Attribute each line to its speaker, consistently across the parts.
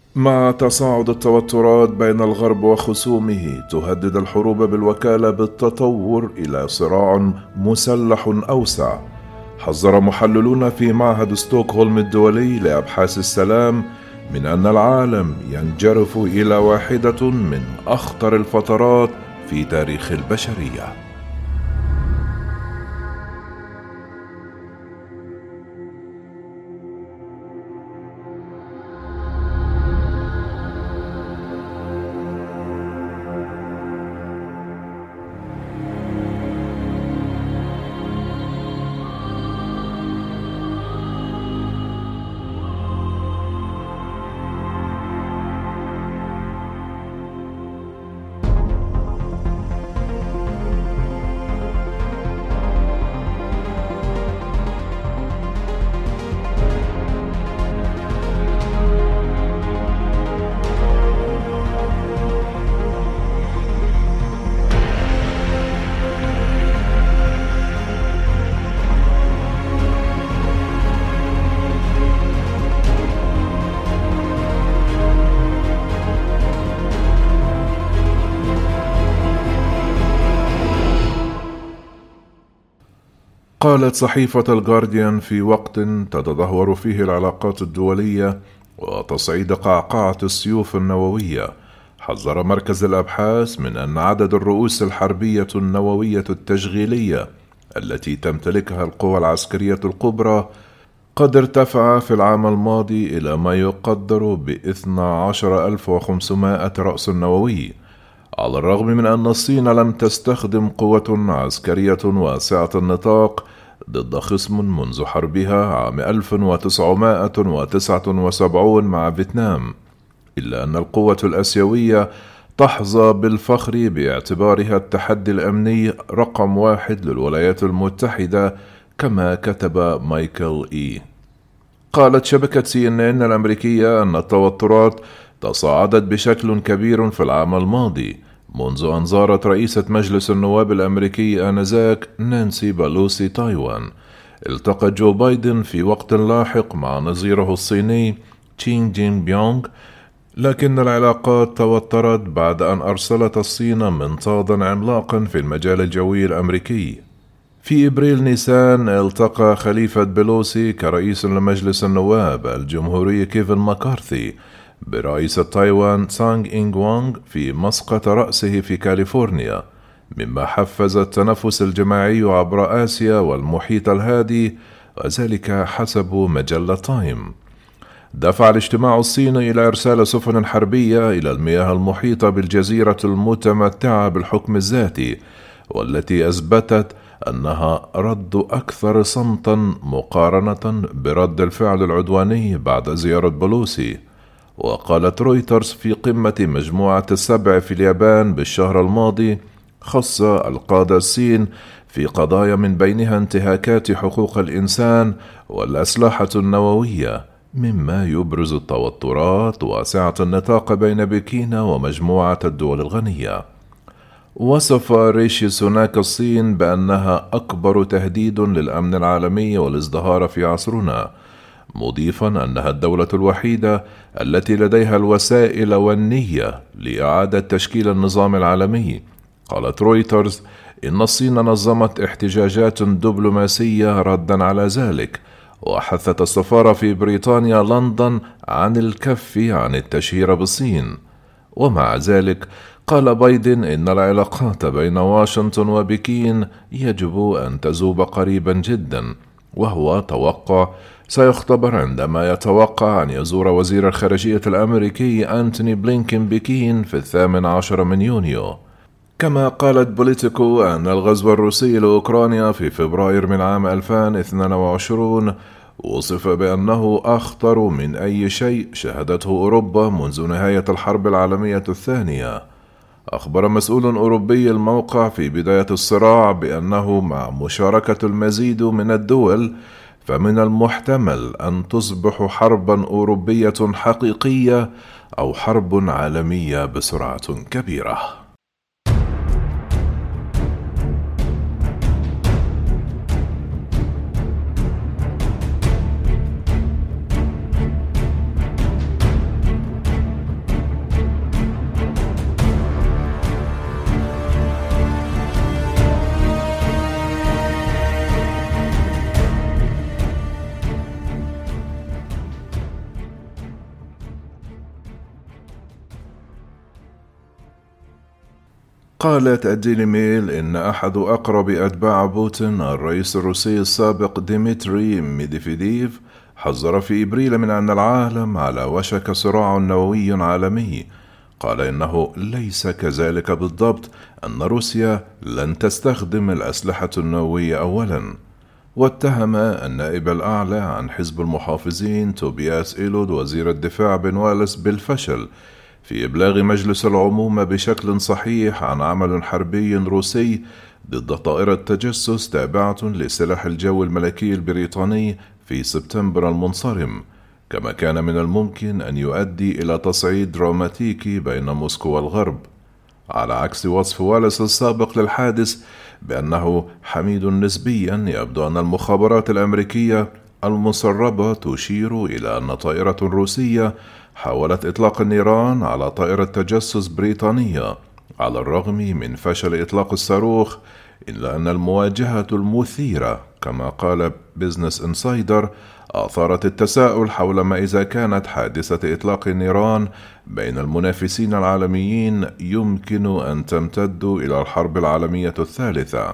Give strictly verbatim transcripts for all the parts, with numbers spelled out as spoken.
Speaker 1: مع تصاعد التوترات بين الغرب وخصومه، تهدد الحروب بالوكالة بالتطور إلى صراع مسلح أوسع. حذر محللون في معهد ستوكهولم الدولي لأبحاث السلام من أن العالم ينجرف إلى واحدة من أخطر الفترات في تاريخ البشرية. قالت صحيفة الجارديان في وقت تتدهور فيه العلاقات الدولية وتصعيد قعقعة السيوف النووية، حذر مركز الأبحاث من أن عدد الرؤوس الحربية النووية التشغيلية التي تمتلكها القوى العسكرية الكبرى قد ارتفع في العام الماضي إلى ما يقدر ب اثني عشر ألف وخمسمائة رأس نووي، على الرغم من أن الصين لم تستخدم قوة عسكرية واسعة النطاق ضد خصم منذ حربها عام ألف وتسعمائة وتسعة وسبعين مع فيتنام، إلا أن القوة الآسيوية تحظى بالفخر باعتبارها التحدي الأمني رقم واحد للولايات المتحدة، كما كتب مايكل إي. قالت شبكة سي إن إن الأمريكية أن التوترات تصاعدت بشكل كبير في العام الماضي منذ أن زارت رئيسة مجلس النواب الأمريكي آنذاك نانسي بلوسي تايوان. التقى جو بايدن في وقت لاحق مع نظيره الصيني تشين جين بيونغ، لكن العلاقات توترت بعد أن أرسلت الصين منطادا عملاقا في المجال الجوي الأمريكي. في إبريل نيسان التقى خليفة بيلوسي كرئيس لمجلس النواب الجمهوري كيفن ماكارثي برئيسة تايوان تسانغ إنغ وانغ في مسقط رأسه في كاليفورنيا، مما حفز التنفس الجماعي عبر آسيا والمحيط الهادي، وذلك حسب مجلة تايم. دفع الاجتماع الصين إلى إرسال سفن حربية إلى المياه المحيطة بالجزيرة المتمتعة بالحكم الذاتي، والتي أثبتت أنها رد أكثر صمتا مقارنة برد الفعل العدواني بعد زيارة بلوسي. وقالت رويترز في قمة مجموعة السبع في اليابان بالشهر الماضي خص القادة الصين في قضايا من بينها انتهاكات حقوق الإنسان والأسلحة النووية، مما يبرز التوترات واسعة النطاق بين بكين ومجموعة الدول الغنية. وصف ريشي سوناك الصين بأنها أكبر تهديد للأمن العالمي والازدهار في عصرنا، مضيفا أنها الدولة الوحيدة التي لديها الوسائل والنية لإعادة تشكيل النظام العالمي. قالت رويترز إن الصين نظمت احتجاجات دبلوماسية ردا على ذلك، وحثت السفارة في بريطانيا لندن عن الكف عن التشهير بالصين. ومع ذلك قال بايدن إن العلاقات بين واشنطن وبكين يجب أن تذوب قريبا جدا، وهو توقع سيختبر عندما يتوقع أن يزور وزير الخارجية الأمريكي أنتوني بلينكين بكين في الثامن عشر من يونيو. كما قالت بوليتيكو أن الغزو الروسي لأوكرانيا في فبراير من عام ألفين واثنين وعشرين وصف بأنه أخطر من أي شيء شهدته أوروبا منذ نهاية الحرب العالمية الثانية. أخبر مسؤول أوروبي الموقع في بداية الصراع بأنه مع مشاركة المزيد من الدول فمن المحتمل أن تصبح حربا أوروبية حقيقية أو حرب عالمية بسرعة كبيرة. قالت الديلي ميل إن أحد أقرب أتباع بوتين الرئيس الروسي السابق ديمتري ميدفيديف حذر في إبريل من أن العالم على وشك صراع نووي عالمي. قال إنه ليس كذلك بالضبط، أن روسيا لن تستخدم الأسلحة النووية أولا. واتهم النائب الأعلى عن حزب المحافظين توبياس إيلود وزير الدفاع بن واليس بالفشل في إبلاغ مجلس العموم بشكل صحيح عن عمل حربي روسي ضد طائرة تجسس تابعة لسلاح الجو الملكي البريطاني في سبتمبر المنصرم، كما كان من الممكن أن يؤدي إلى تصعيد دراماتيكي بين موسكو والغرب، على عكس وصف واليس السابق للحادث بأنه حميد نسبيا. يبدو أن المخابرات الأمريكية المسربة تشير إلى أن طائرة روسية حاولت إطلاق النيران على طائرة تجسس بريطانية على الرغم من فشل إطلاق الصاروخ، إلا أن المواجهة المثيرة كما قال بيزنس إنسايدر أثارت التساؤل حول ما إذا كانت حادثة إطلاق النيران بين المنافسين العالميين يمكن أن تمتد إلى الحرب العالمية الثالثة.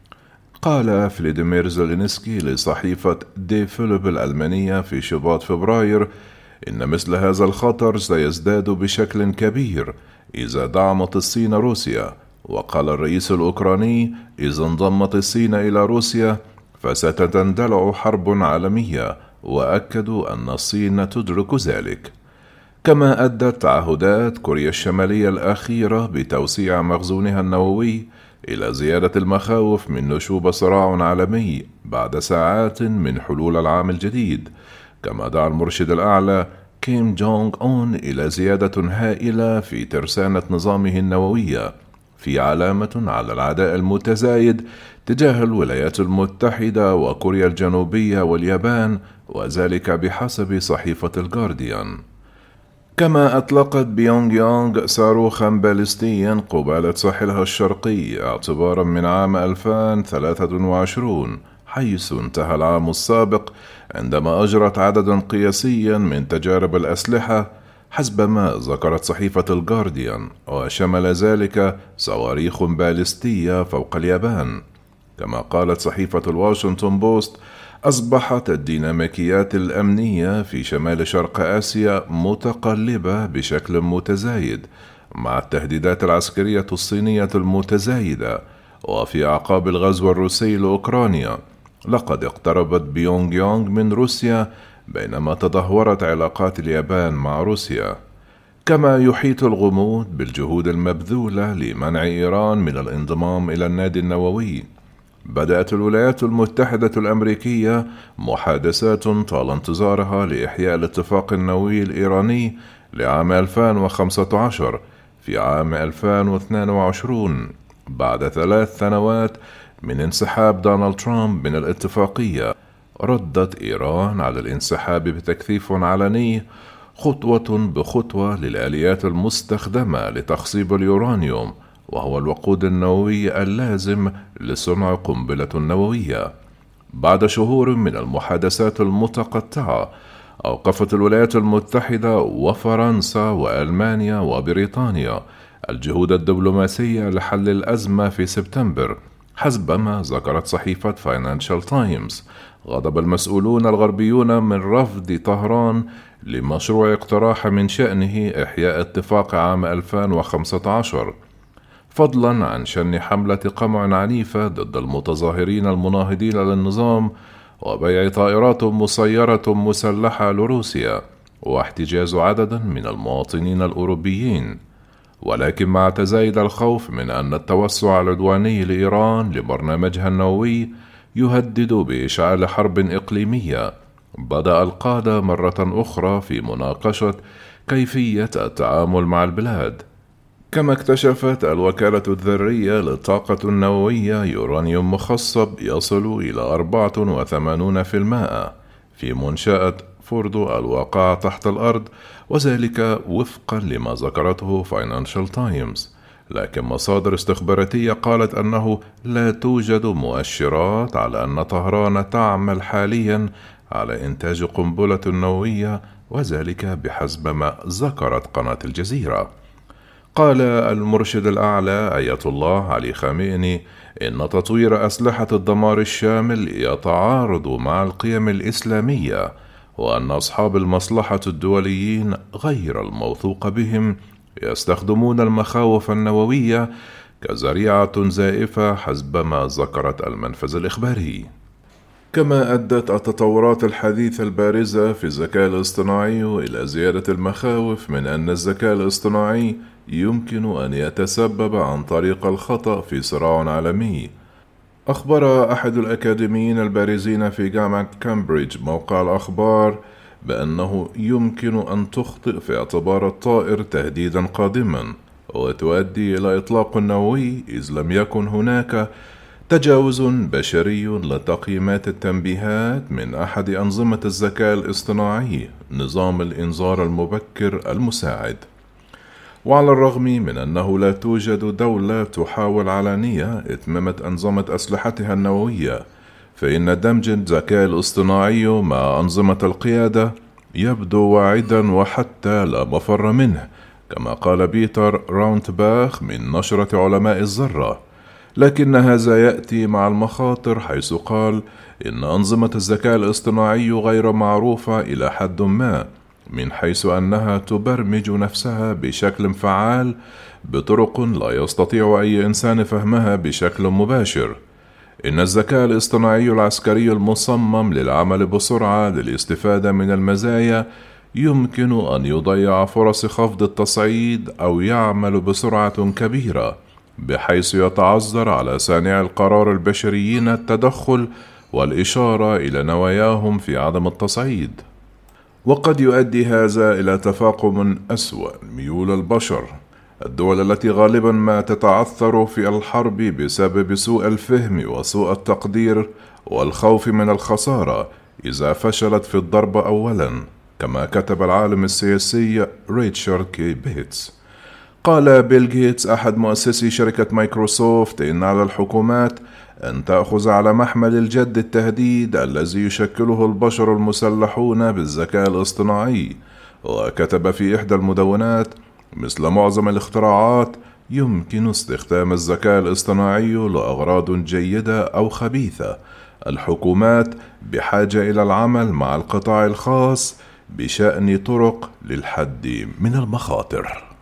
Speaker 1: قال فلاديمير زيلينسكي لصحيفة دي فيليب الألمانية في شباط فبراير إن مثل هذا الخطر سيزداد بشكل كبير إذا دعمت الصين روسيا. وقال الرئيس الأوكراني إذا انضمت الصين إلى روسيا فستندلع حرب عالمية، وأكدوا أن الصين تدرك ذلك. كما أدت تعهدات كوريا الشمالية الأخيرة بتوسيع مخزونها النووي إلى زيادة المخاوف من نشوب صراع عالمي بعد ساعات من حلول العام الجديد. كما دعا المرشد الأعلى كيم جونغ أون إلى زيادة هائلة في ترسانة نظامه النووية، في علامة على العداء المتزايد تجاه الولايات المتحدة وكوريا الجنوبية واليابان، وذلك بحسب صحيفة الجارديان. كما أطلقت بيونغ يانغ صاروخا باليستيا قبالة ساحلها الشرقي اعتبارا من عام ألفين وثلاثة وعشرين، حيث انتهى العام السابق عندما أجرت عددا قياسيا من تجارب الأسلحة حسب ما ذكرت صحيفة الجارديان، وشمل ذلك صواريخ باليستية فوق اليابان. كما قالت صحيفة الواشنطن بوست أصبحت الديناميكيات الأمنية في شمال شرق آسيا متقلبة بشكل متزايد مع التهديدات العسكرية الصينية المتزايدة. وفي أعقاب الغزو الروسي لأوكرانيا لقد اقتربت بيونغ يانغ من روسيا بينما تدهورت علاقات اليابان مع روسيا. كما يحيط الغموض بالجهود المبذولة لمنع إيران من الانضمام إلى النادي النووي. بدأت الولايات المتحدة الأمريكية محادثات طال انتظارها لإحياء الاتفاق النووي الإيراني لعام ألفين وخمسة عشر في عام ألفين واثنين وعشرين بعد ثلاث سنوات من انسحاب دونالد ترامب من الاتفاقية. ردت إيران على الانسحاب بتكثيف علني خطوة بخطوة للآليات المستخدمة لتخصيب اليورانيوم، وهو الوقود النووي اللازم لصنع قنبلة نووية. بعد شهور من المحادثات المتقطعة أوقفت الولايات المتحدة وفرنسا وألمانيا وبريطانيا الجهود الدبلوماسية لحل الأزمة في سبتمبر، حسب ما ذكرت صحيفة فاينانشال تايمز. غضب المسؤولون الغربيون من رفض طهران لمشروع اقتراح من شأنه إحياء اتفاق عام ألفين وخمسة عشر، فضلا عن شن حملة قمع عنيفة ضد المتظاهرين المناهضين للنظام وبيع طائرات مسيرة مسلحة لروسيا واحتجاز عدد من المواطنين الأوروبيين. ولكن مع تزايد الخوف من أن التوسع العدواني لإيران لبرنامجها النووي يهدد بإشعال حرب إقليمية، بدأ القادة مرة أخرى في مناقشة كيفية التعامل مع البلاد. كما اكتشفت الوكالة الذرية للطاقة النووية يورانيوم مخصب يصل إلى أربعة وثمانين بالمئة في منشأة فوردو الواقعة تحت الأرض، وذلك وفقا لما ذكرته فاينانشال تايمز. لكن مصادر استخباراتية قالت أنه لا توجد مؤشرات على أن طهران تعمل حاليا على إنتاج قنبلة نووية، وذلك بحسب ما ذكرت قناة الجزيرة. قال المرشد الأعلى آية الله علي خامنئي إن تطوير أسلحة الدمار الشامل يتعارض مع القيم الإسلامية، وأن أصحاب المصلحة الدوليين غير الموثوق بهم يستخدمون المخاوف النووية كذريعة زائفة حسب ما ذكرت المنفذ الإخباري. كما أدت التطورات الحديثة البارزة في الذكاء الاصطناعي إلى زيادة المخاوف من أن الذكاء الاصطناعي يمكن أن يتسبب عن طريق الخطأ في صراع عالمي. أخبر أحد الأكاديميين البارزين في جامعة كامبريدج موقع الأخبار بأنه يمكن أن تخطئ في اعتبار الطائر تهديدا قادما وتؤدي إلى إطلاق نووي إذ لم يكن هناك تجاوز بشري لتقييمات التنبيهات من أحد أنظمة الذكاء الاصطناعي نظام الإنذار المبكر المساعد. وعلى الرغم من أنه لا توجد دولة تحاول علانية إتمامة أنظمة أسلحتها النووية، فإن دمج الذكاء الاصطناعي مع أنظمة القيادة يبدو واعدا وحتى لا مفر منه، كما قال بيتر راونتباخ من نشرة علماء الذرة. لكن هذا يأتي مع المخاطر، حيث قال إن أنظمة الذكاء الاصطناعي غير معروفة إلى حد ما، من حيث أنها تبرمج نفسها بشكل فعال بطرق لا يستطيع أي إنسان فهمها بشكل مباشر. إن الذكاء الاصطناعي العسكري المصمم للعمل بسرعة للاستفادة من المزايا يمكن أن يضيع فرص خفض التصعيد أو يعمل بسرعة كبيرة، بحيث يتعذر على صانع القرار البشريين التدخل والإشارة إلى نواياهم في عدم التصعيد. وقد يؤدي هذا إلى تفاقم أسوأ ميول البشر. الدول التي غالبا ما تتعثر في الحرب بسبب سوء الفهم وسوء التقدير والخوف من الخسارة إذا فشلت في الضرب أولا، كما كتب العالم السياسي ريتشارد كي بيتس. قال بيل غيتس أحد مؤسسي شركة مايكروسوفت إن على الحكومات أن تأخذ على محمل الجد التهديد الذي يشكله البشر المسلحون بالذكاء الاصطناعي. وكتب في إحدى المدونات: مثل معظم الاختراعات يمكن استخدام الذكاء الاصطناعي لأغراض جيدة أو خبيثة. الحكومات بحاجة إلى العمل مع القطاع الخاص بشأن طرق للحد من المخاطر.